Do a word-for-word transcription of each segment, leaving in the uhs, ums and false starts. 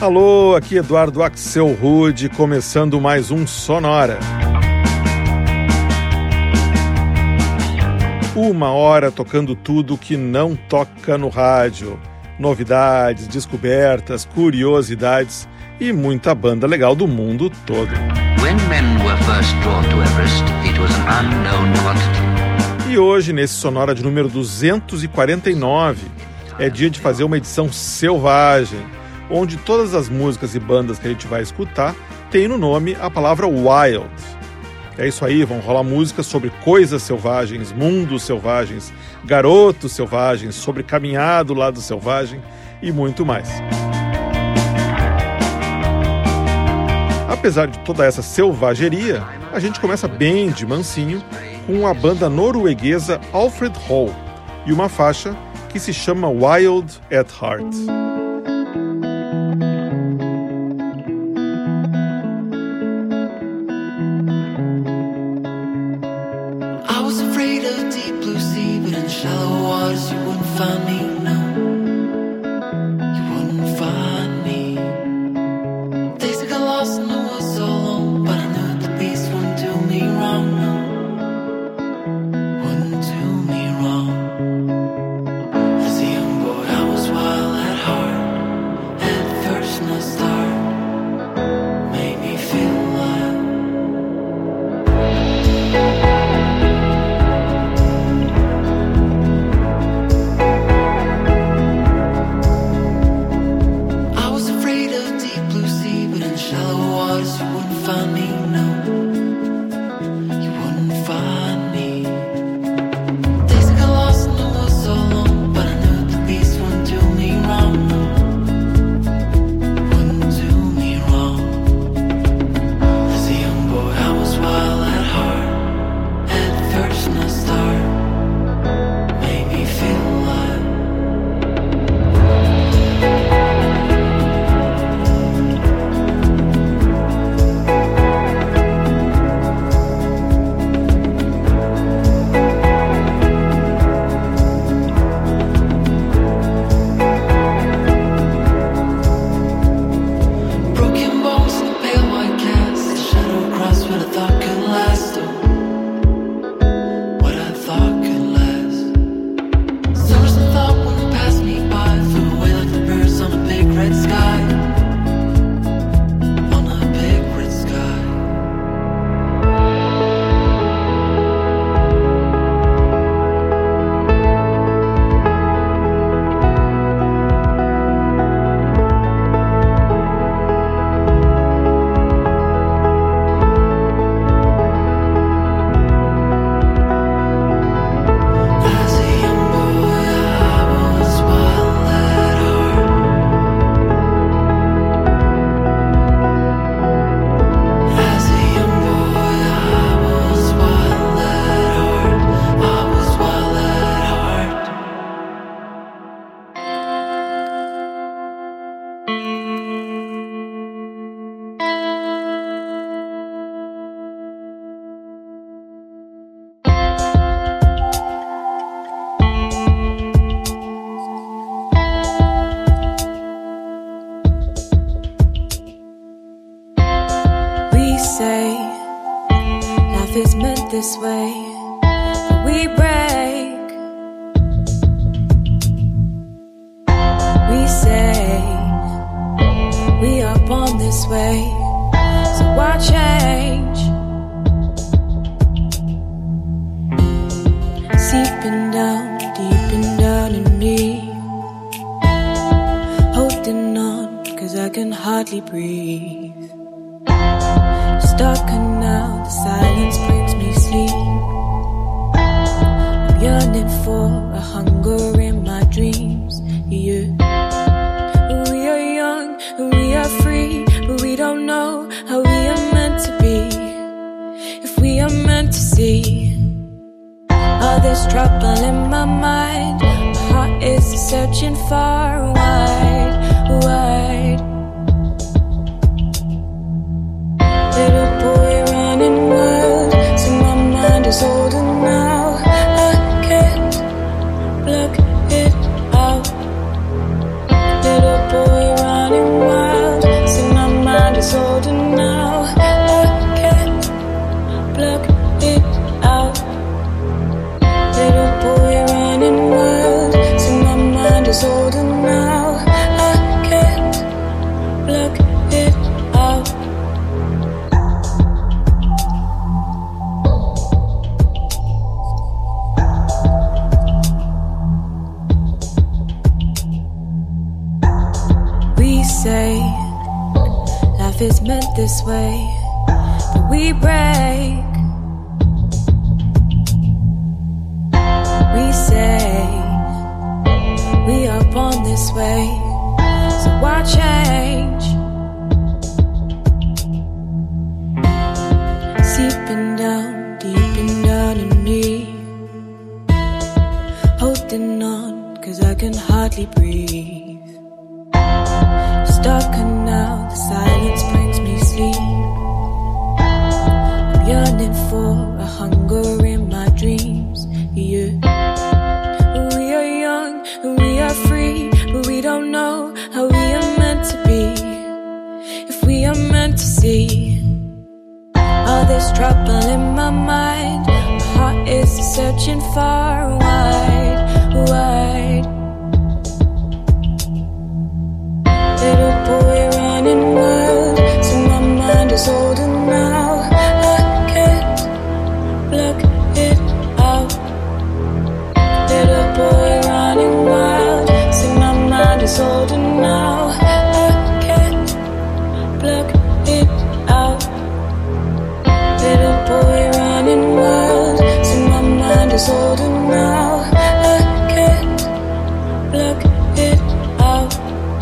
Alô, aqui Eduardo Axel Rude, começando mais um Sonora. Uma hora tocando tudo que não toca no rádio. Novidades, descobertas, curiosidades e muita banda legal do mundo todo. When men were first drawn to Everest, it was an unknown quantity. E hoje, nesse Sonora de número duzentos e quarenta e nove, é dia de fazer uma edição selvagem, onde todas as músicas e bandas que a gente vai escutar têm no nome a palavra wild. É isso aí, vão rolar músicas sobre coisas selvagens, mundos selvagens, garotos selvagens, sobre caminhar do lado selvagem e muito mais. Apesar de toda essa selvageria, a gente começa bem de mansinho com a banda norueguesa Alfred Hall e uma faixa que se chama Wild at Heart. This way, but we break. We say we are born this way, so why change? Seeping down, deep down in me, holding on, cause I can hardly breathe. Stuck now, the silence brings me sleep. I'm yearning for a hunger in my dreams. Yeah. We are young and we are free, but we don't know how we are meant to be. If we are meant to see all this trouble in my mind, my heart is searching far and wide, wide. Little boy running wild, so my mind is older now. I can't block it out. Little boy running wild, say life is meant this way, but we break. We say we are born this way, so why change? Seeping down, deep and down in me, holding on, cause I can hardly breathe. Darker now, the silence brings me sleep. I'm yearning for a hunger in my dreams. Yeah. We are young and we are free, but we don't know how we are meant to be. If we are meant to see all this trouble in my mind, my heart is searching far and wide, wide. Little boy running wild, so my mind is older now. I can't block it out. Little boy running wild, so my mind is older now. I can't block it out. Little boy running wild, so my mind is older now. I can't block it out.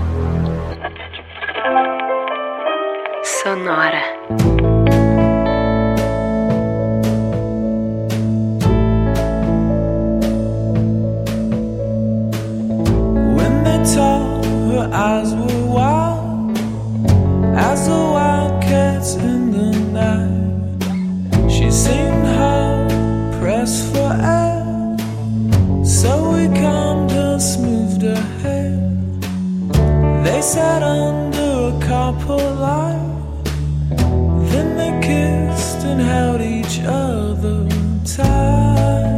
Sonora. When they told her eyes were wild as the wildcats in the night, she seemed hard pressed for air, so we calmed her, smoothed her hair. They sat under a carport light, then they kissed and held each other tight.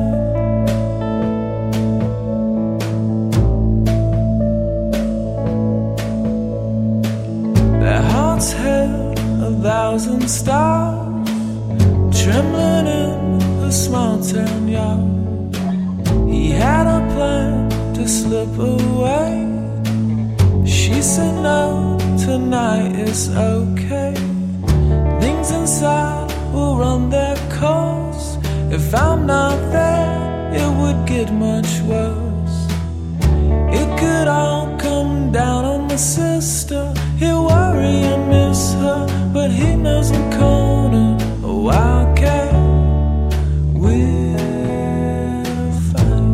Their hearts held a thousand stars, trembling in the small town yard. He had a plan to slip away. She said no, tonight is okay. Things inside will run their course. If I'm not there, it would get much worse. It could all come down on my sister. He'll worry and miss her, but he knows I'm cornered. A wildcat will fight.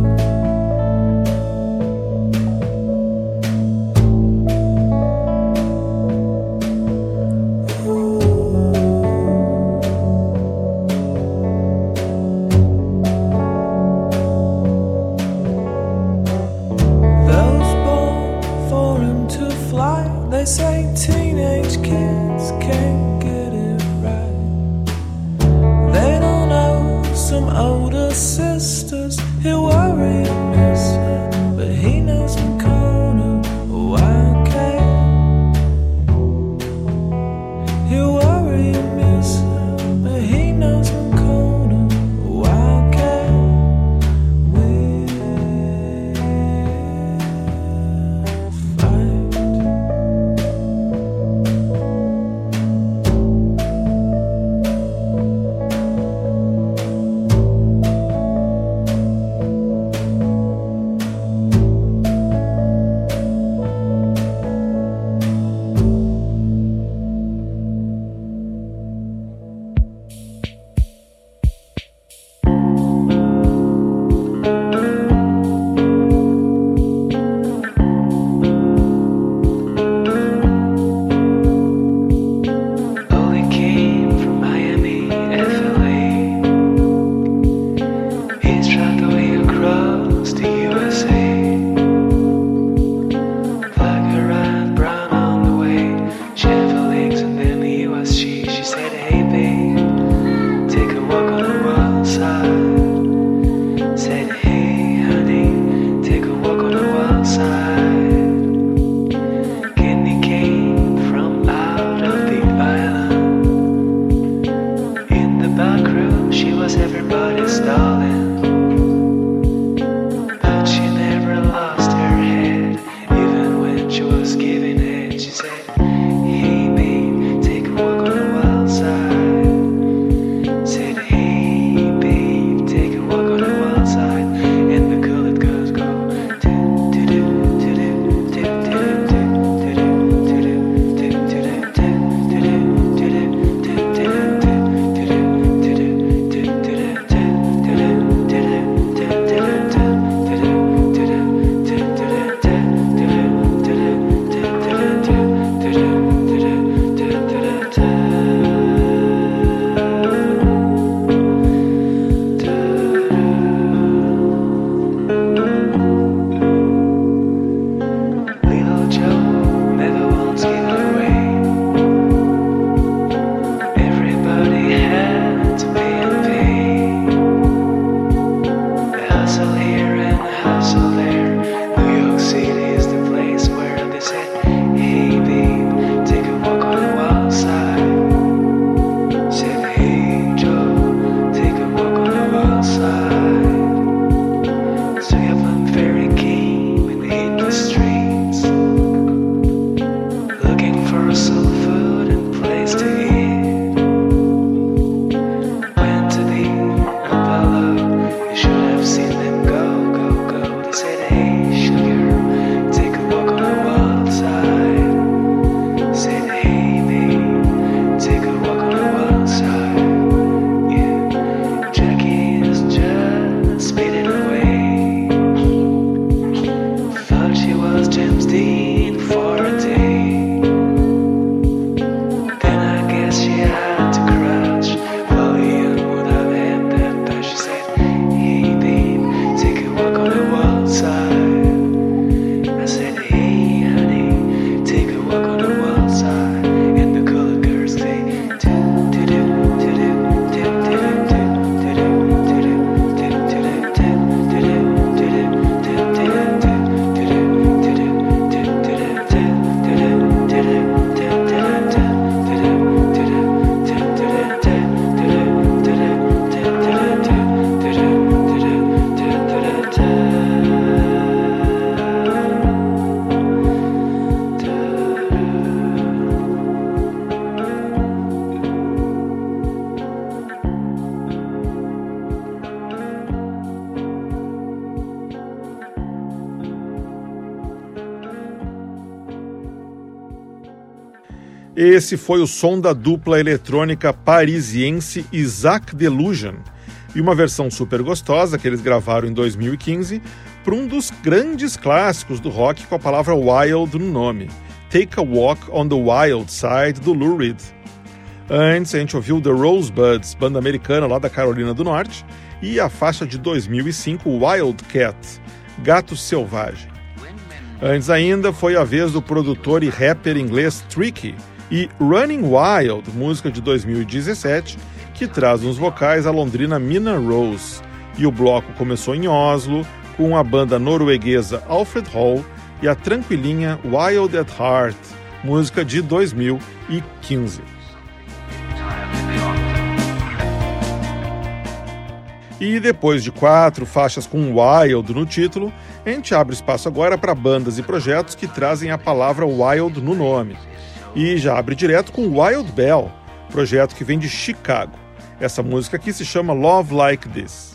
They say teenage kids can't get it right. Esse foi o som da dupla eletrônica parisiense Isaac Delusion e uma versão super gostosa que eles gravaram em dois mil e quinze para um dos grandes clássicos do rock com a palavra wild no nome, Take a Walk on the Wild Side, do Lou Reed. Antes a gente ouviu The Rosebuds, banda americana lá da Carolina do Norte, e a faixa de dois mil e cinco Wildcat, Gato Selvagem. Antes ainda foi a vez do produtor e rapper inglês Tricky e Running Wild, música de dois mil e dezessete, que traz nos vocais a londrina Mina Rose. E o bloco começou em Oslo, com a banda norueguesa Alfred Hall e a tranquilinha Wild at Heart, música de dois mil e quinze. E depois de quatro faixas com Wild no título, a gente abre espaço agora para bandas e projetos que trazem a palavra Wild no nome. E já abre direto com Wild Bell, projeto que vem de Chicago. Essa música aqui se chama Love Like This.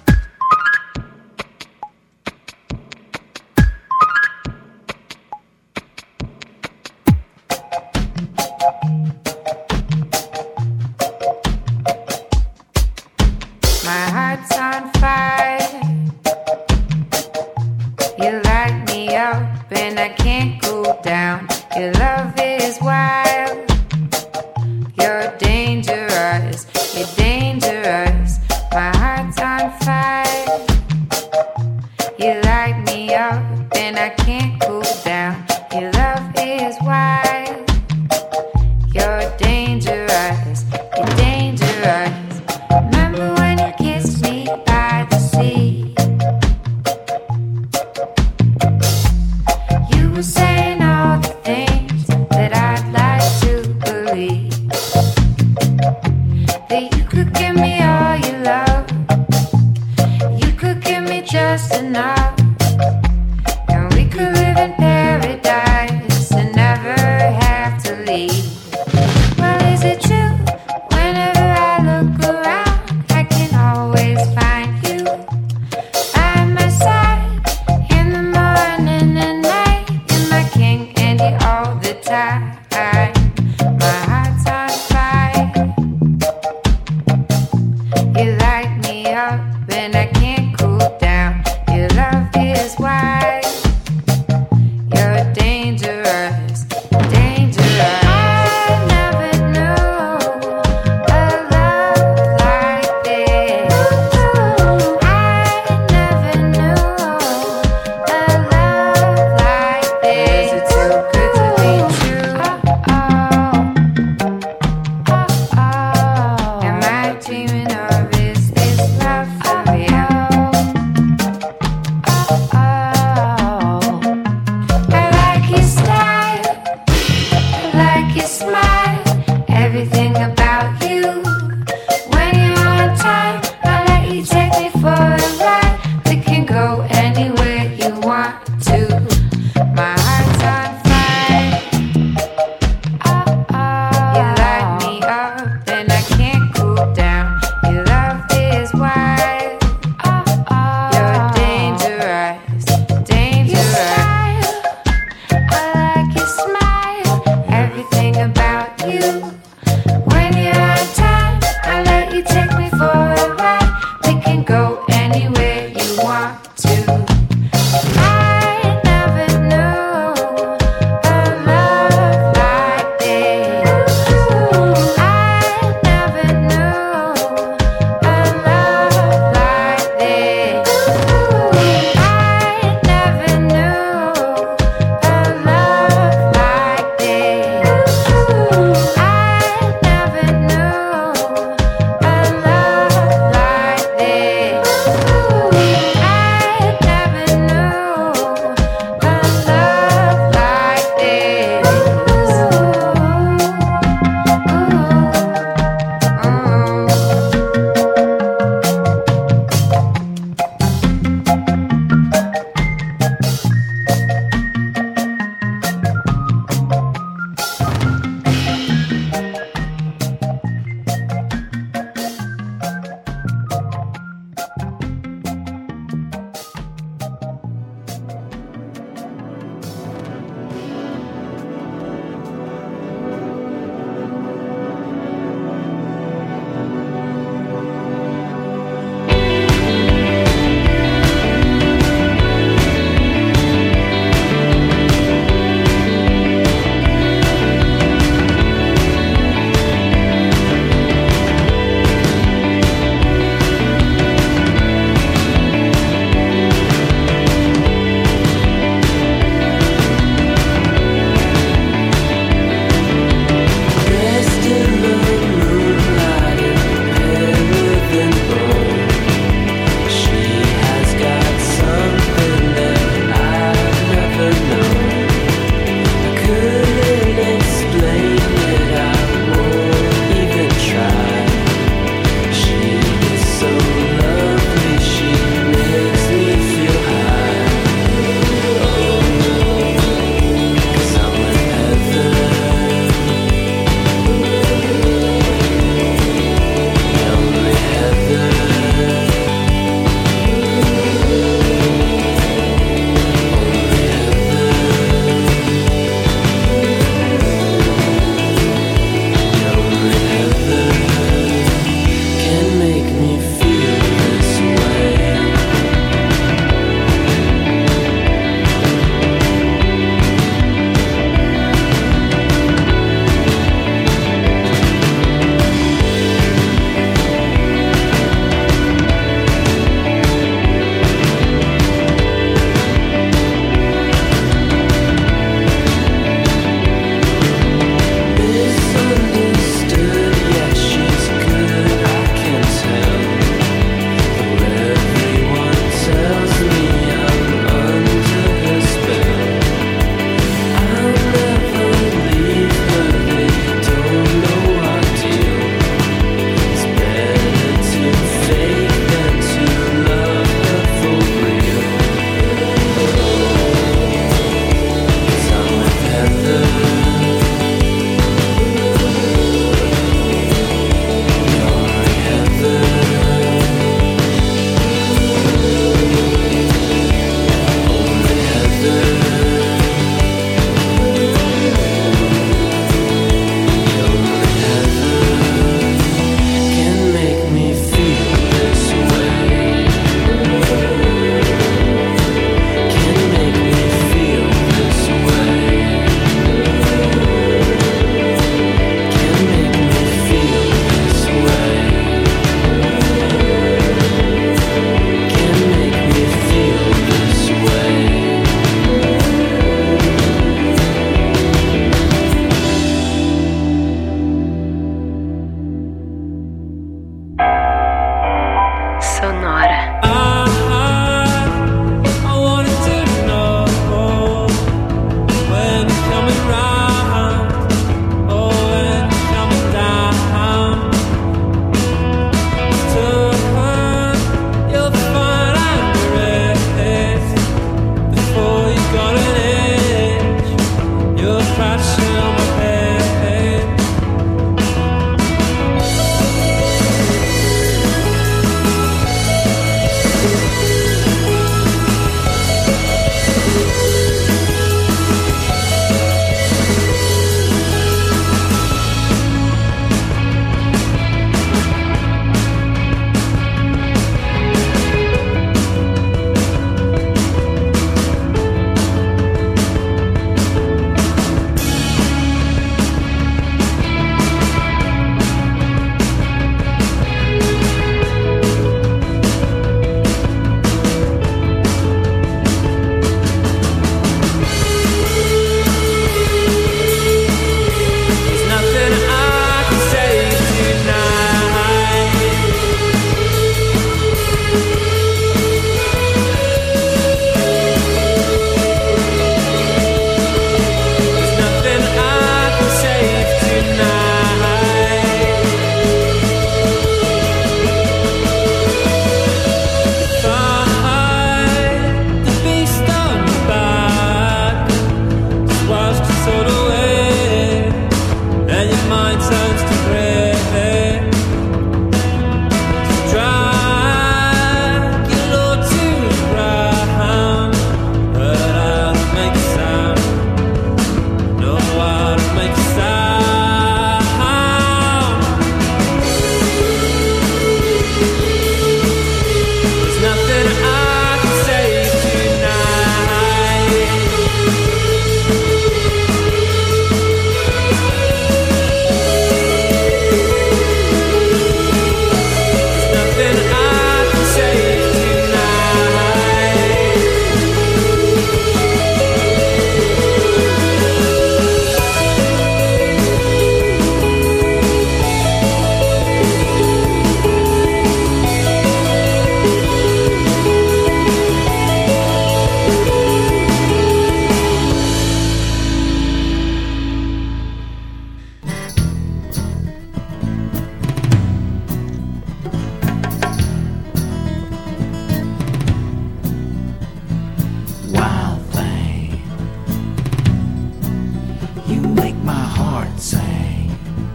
sing.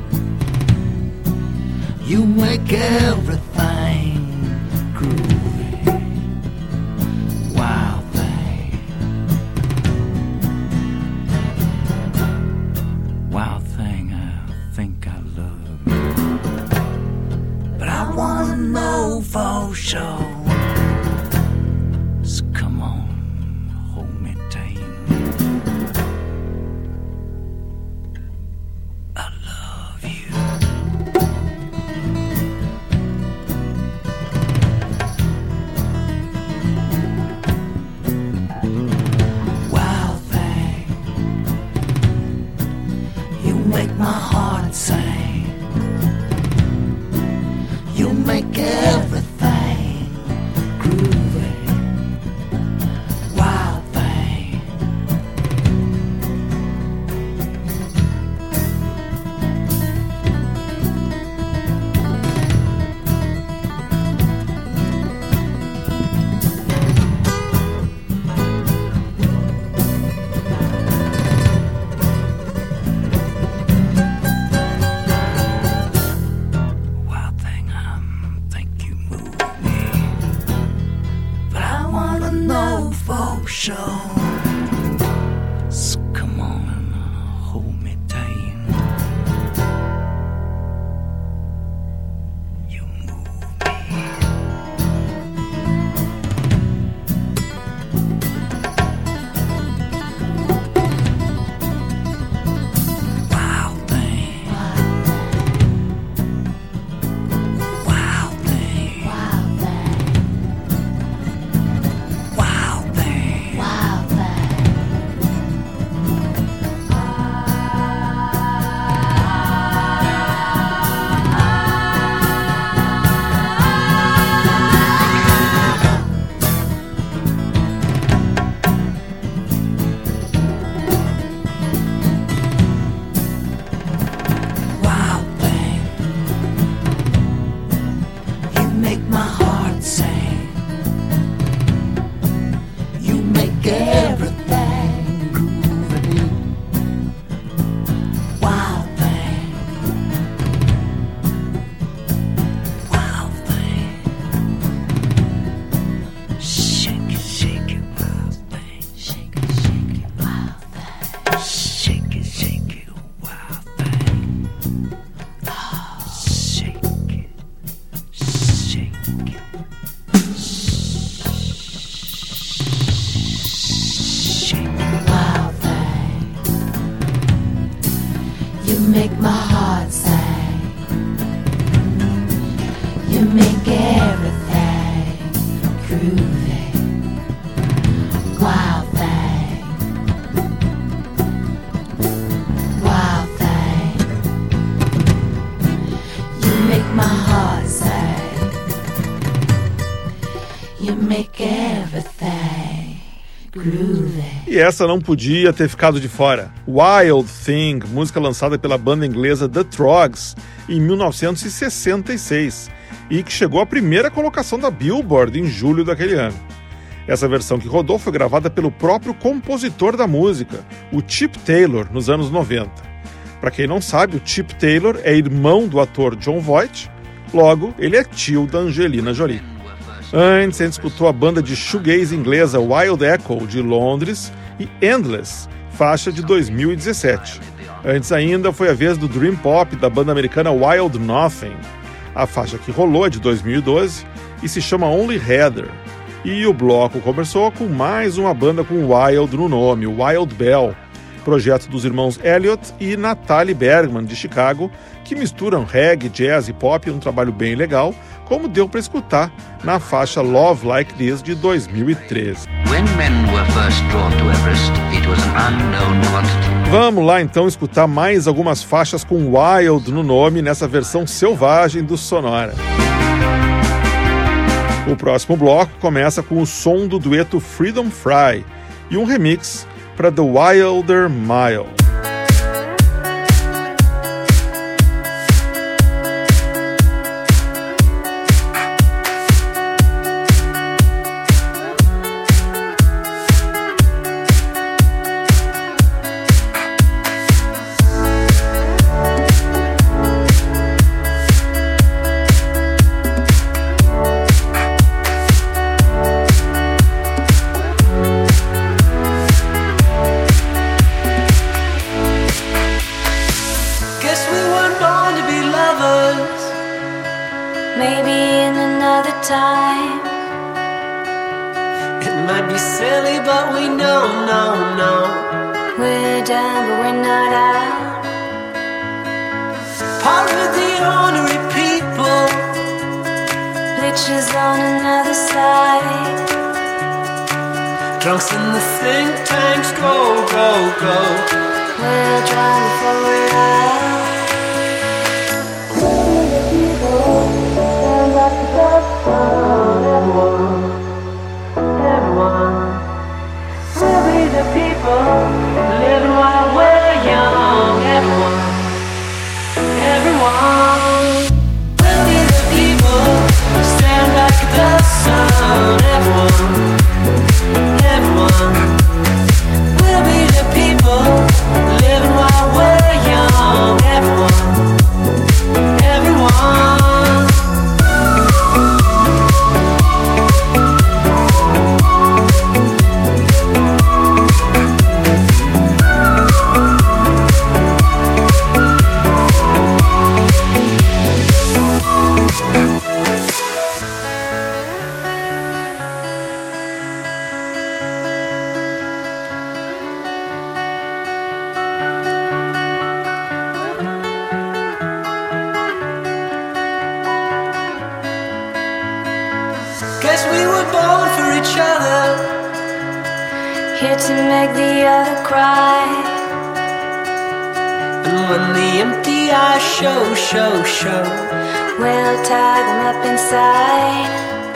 You make everything groovy. Wild thing. Wild thing, I think I love you. But I wanna know for sure. So come on, hold me tight. I love you. Wild thing, you make my heart sing. You make everything groovy. Wild thing. Wild thing, I think you move me. But I wanna know for sure. So come on and hold me tight. You move me. Wild thing. Wild thing. Wild thing. Wild thing. You make my heart sing. You make everything groovy. Wild thing. Wild thing. Shake it, shake it, wild thing. Shake it, shake it, wild thing. Shake it, shake it, wild thing. Oh, shake it, shake it. Shake it, wild thing. You make my heart sing. You make everything groovy. Wild thing. Wild thing. You make my heart sing. You make everything groovy. E essa não podia ter ficado de fora. Wild Thing, música lançada pela banda inglesa The Troggs em mil novecentos e sessenta e seis e que chegou à primeira colocação da Billboard em julho daquele ano. Essa versão que rodou foi gravada pelo próprio compositor da música, o Chip Taylor, nos anos noventa. Para quem não sabe, o Chip Taylor é irmão do ator Jon Voight, logo ele é tio da Angelina Jolie. Antes, a gente escutou a banda de shoegaze inglesa Wild Echo, de Londres, e Endless, faixa de dois mil e dezessete. Antes ainda foi a vez do Dream Pop da banda americana Wild Nothing. A faixa que rolou é de dois mil e doze e se chama Only Heather. E o bloco começou com mais uma banda com Wild no nome, Wild Bell, projeto dos irmãos Elliot e Natalie Bergman, de Chicago, que misturam reggae, jazz e pop num trabalho bem legal, como deu para escutar na faixa Love Like This de dois mil e treze. Vamos lá então escutar mais algumas faixas com Wild no nome nessa versão selvagem do Sonora. O próximo bloco começa com o som do dueto Freedom Fry e um remix para The Wilder Mile. no, no, no. We're down, but we're not out. Part of the ordinary people. Bleachers on another side. Drunks in the think tanks, go, go, go. We'll drown before we're out. Stand up to the sun, everyone, everyone. We'll be the people living while we're young, everyone, everyone. We'll be the people, stand back at the sun, everyone, everyone. We'll be the people, living while we're young, everyone, everyone. Guess we were born for each other. Here to make the other cry. And when the empty eyes show, show, show, We'll tie them up inside.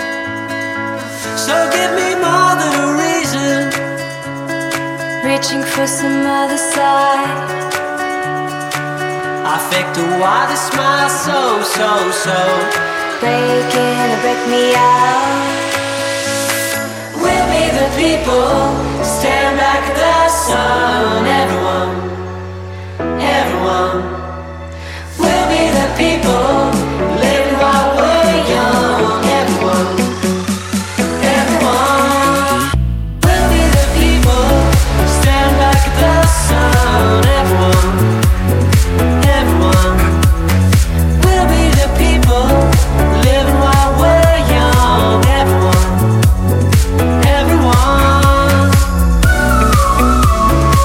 so give me more than a reason. Reaching for some other side. I faked a wider smile, so, so, so. Break in or break me out. We'll be the people, stand back at the sun, everyone, everyone. We'll be the people, living while we're young, everyone, everyone. We'll be the people, stand back at the sun, everyone, everyone. We'll be the people, living while we're young, everyone, everyone.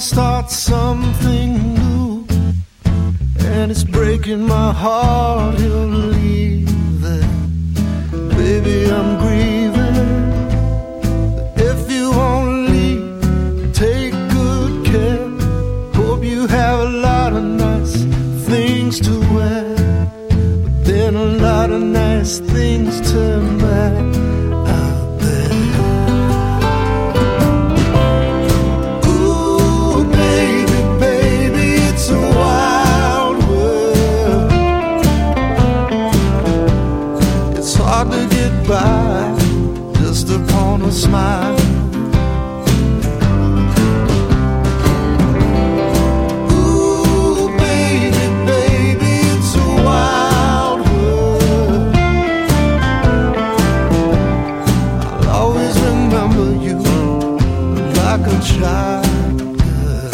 start something new, and it's breaking my heart he'll leave there. Baby, I'm grieving. If you won't leave, take good care. Hope you have a lot of nice things to wear, but then a lot of nice things turn back. By just upon a smile. Ooh, baby, baby, it's a wild world. I'll always remember you like a child, girl.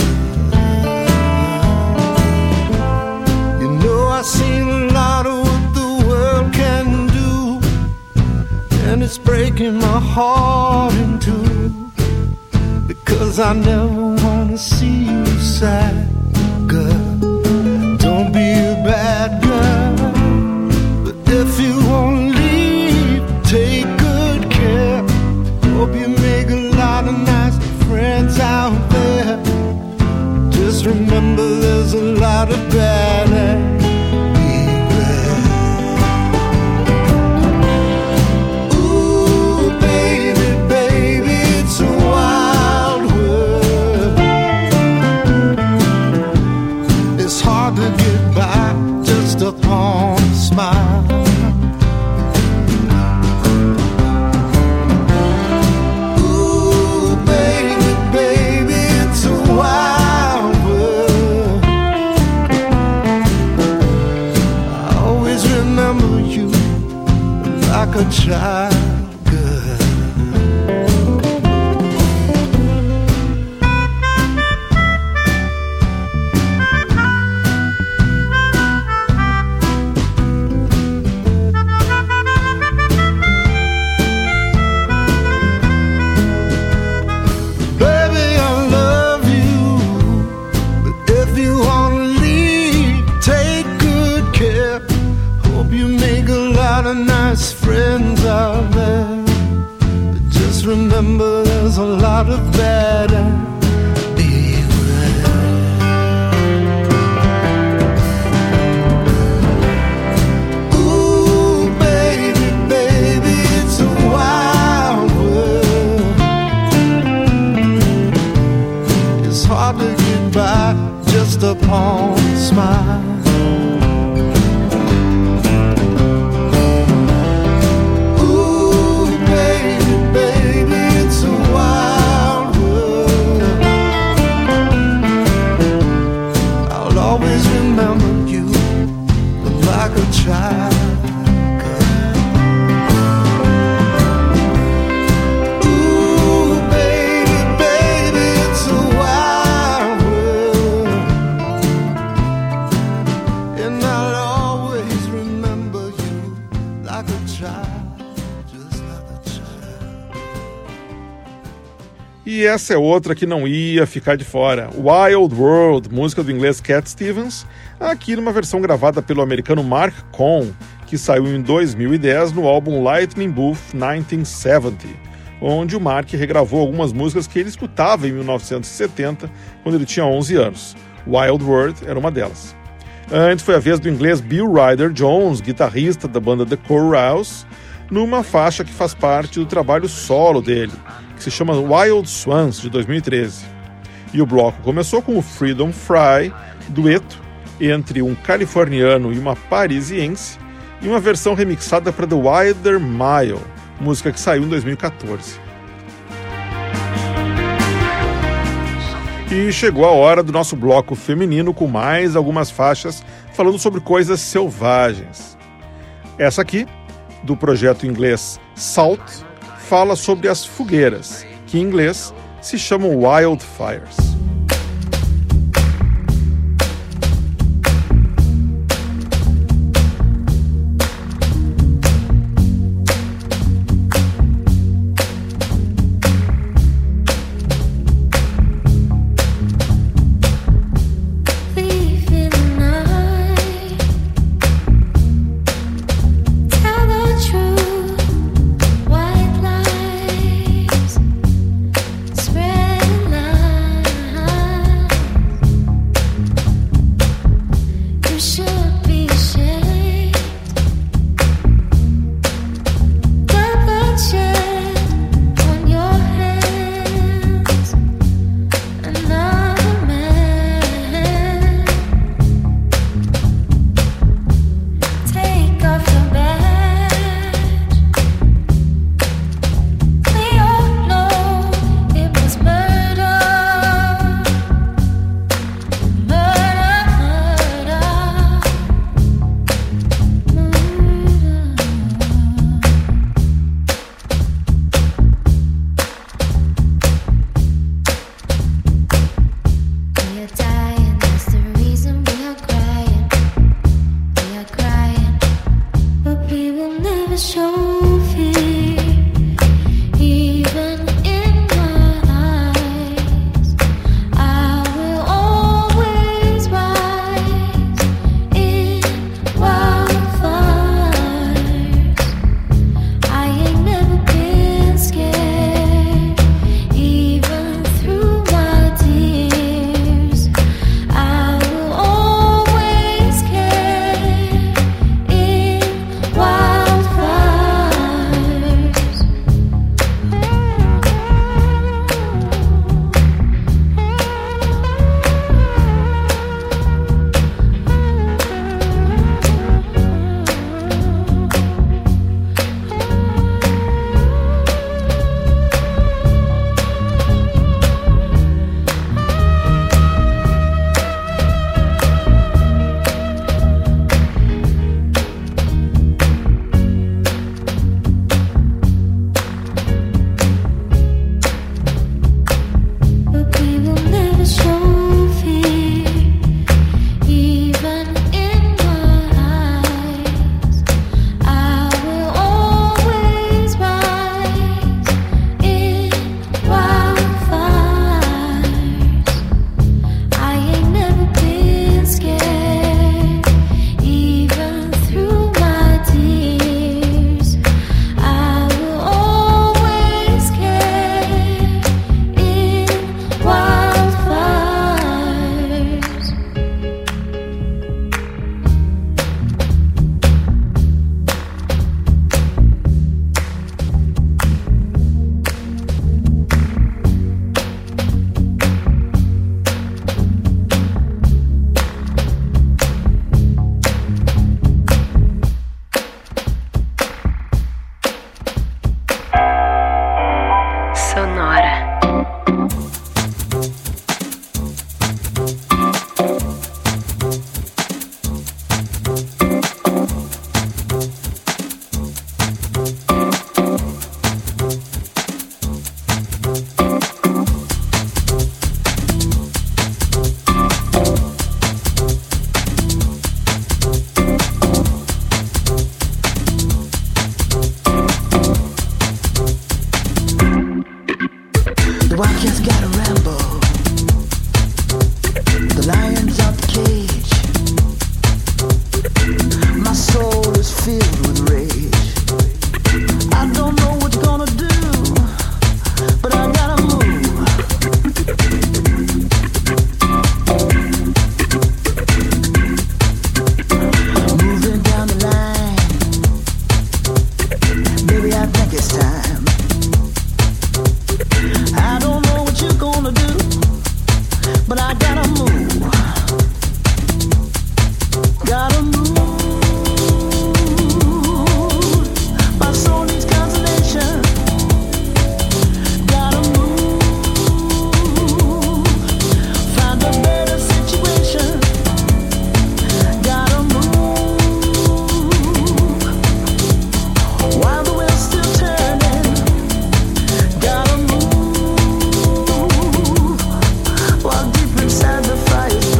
You know I've seen a lot of what the world can do, and it's breaking my heart in two, because I never wanna see you sad, girl. Don't be a bad girl, but if you won't leave, take good care. Hope you make a lot of nice friends out there. Just remember there's a lot of bad eggs. Upon a smile. Ooh, baby, baby, it's a wild world. I always remember you like a child. Friends out there, but just remember there's a lot of bad and beware. Ooh, baby, baby, it's a wild world. It's hard to get by just upon a smile. E essa é outra que não ia ficar de fora. Wild World, música do inglês Cat Stevens, aqui numa versão gravada pelo americano Mark Cohn, que saiu em dois mil e dez no álbum Lightning Booth mil novecentos e setenta, onde o Mark regravou algumas músicas que ele escutava em mil novecentos e setenta, quando ele tinha onze anos. Wild World era uma delas. Antes foi a vez do inglês Bill Ryder Jones, guitarrista da banda The Corals, numa faixa que faz parte do trabalho solo dele, que se chama Wild Swans, de dois mil e treze. E o bloco começou com o Freedom Fry, dueto entre um californiano e uma parisiense, e uma versão remixada para The Wilder Mile, música que saiu em dois mil e quatorze. E chegou a hora do nosso bloco feminino com mais algumas faixas falando sobre coisas selvagens. Essa aqui, do projeto inglês Salt, fala sobre as fogueiras, que em inglês se chamam wildfires. While deep inside the fire's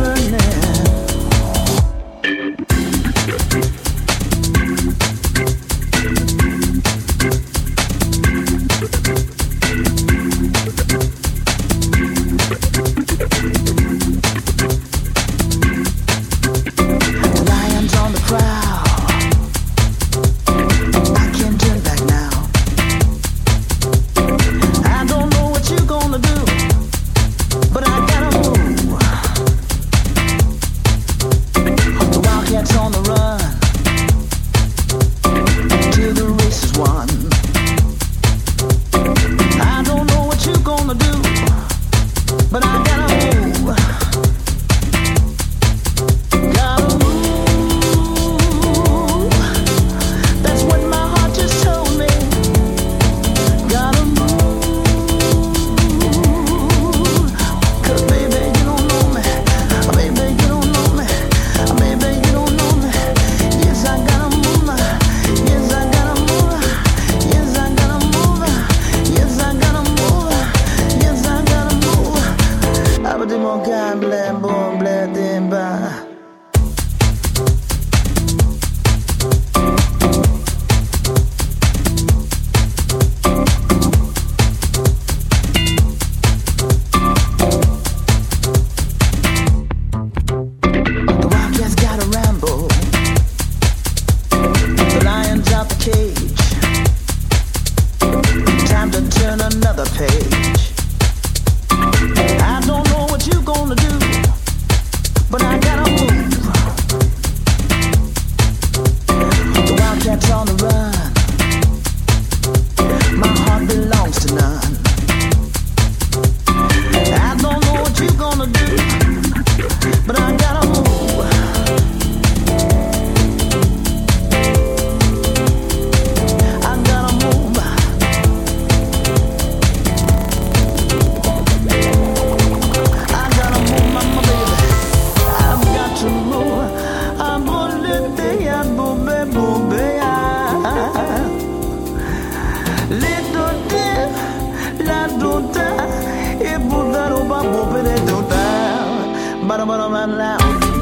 run loud.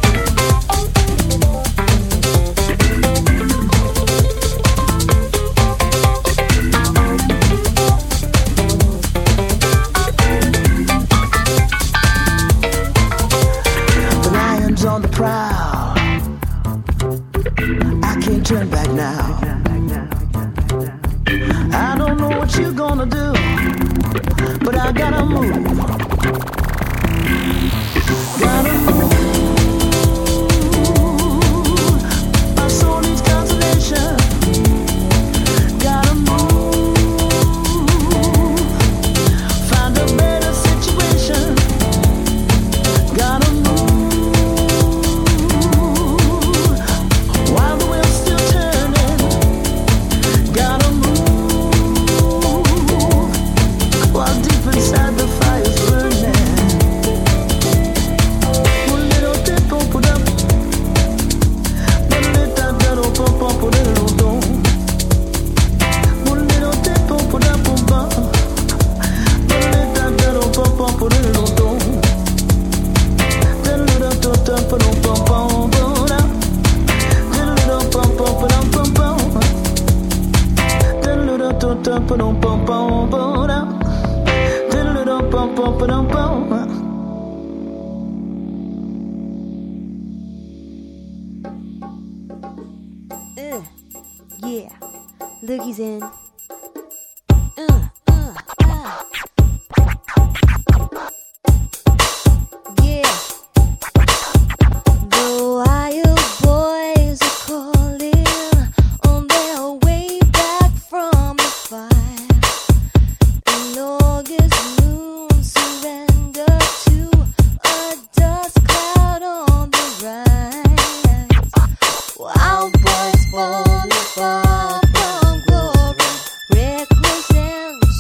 On the prowl, I can't turn back now. I don't know what you're gonna do, but I gotta move. Gotta move. My soul needs consolation. Gotta move. Find a better situation. Gotta move. Yeah, Loogie's in. Uh, uh, uh. Yeah. The wild boys are calling on their way back from the fire. An August moon surrender to a dust cloud on the rise. Wild boys falling far from glory, reckless and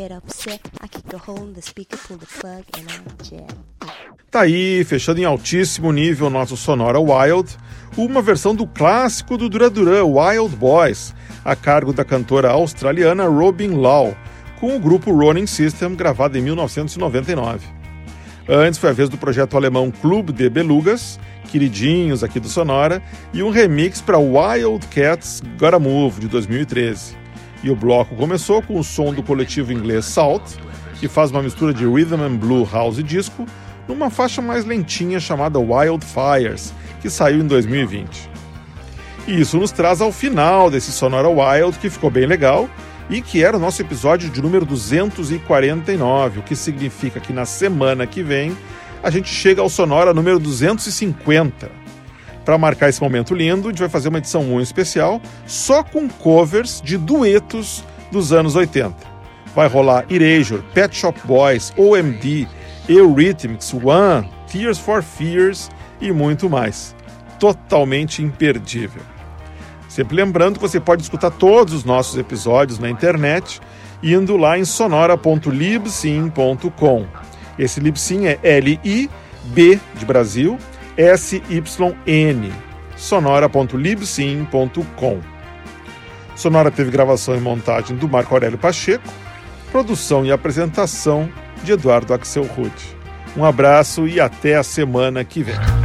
get upset, I kick a hole in the speaker, pull the plug, and I'm jet. Tá aí, fechando em altíssimo nível nosso Sonora Wild, uma versão do clássico do Duran Duran, Wild Boys, a cargo da cantora australiana Robin Law, com o grupo Running System, gravado em mil novecentos e noventa e nove. Antes foi a vez do projeto alemão Club de Belugas, queridinhos aqui do Sonora, e um remix para Wildcats Gotta Move, de dois mil e treze. E o bloco começou com o som do coletivo inglês Salt, que faz uma mistura de rhythm and blue, house e disco, numa faixa mais lentinha chamada Wildfires, que saiu em dois mil e vinte. E isso nos traz ao final desse Sonora Wild, que ficou bem legal, e que era o nosso episódio de número duzentos e quarenta e nove, o que significa que na semana que vem a gente chega ao Sonora número duzentos e cinquenta. Para marcar esse momento lindo, a gente vai fazer uma edição muito especial, só com covers de duetos dos anos oitenta. Vai rolar Erasure, Pet Shop Boys, O M D, Eurythmics, One, Tears for Fears e muito mais. Totalmente imperdível. Sempre lembrando que você pode escutar todos os nossos episódios na internet, indo lá em sonora ponto libsyn ponto com. Esse Libsyn é L I B de Brasil, S Y N, sonora ponto libsyn ponto com. Sonora teve gravação e montagem do Marco Aurélio Pacheco, produção e apresentação de Eduardo Axel Rude. Um abraço e até a semana que vem.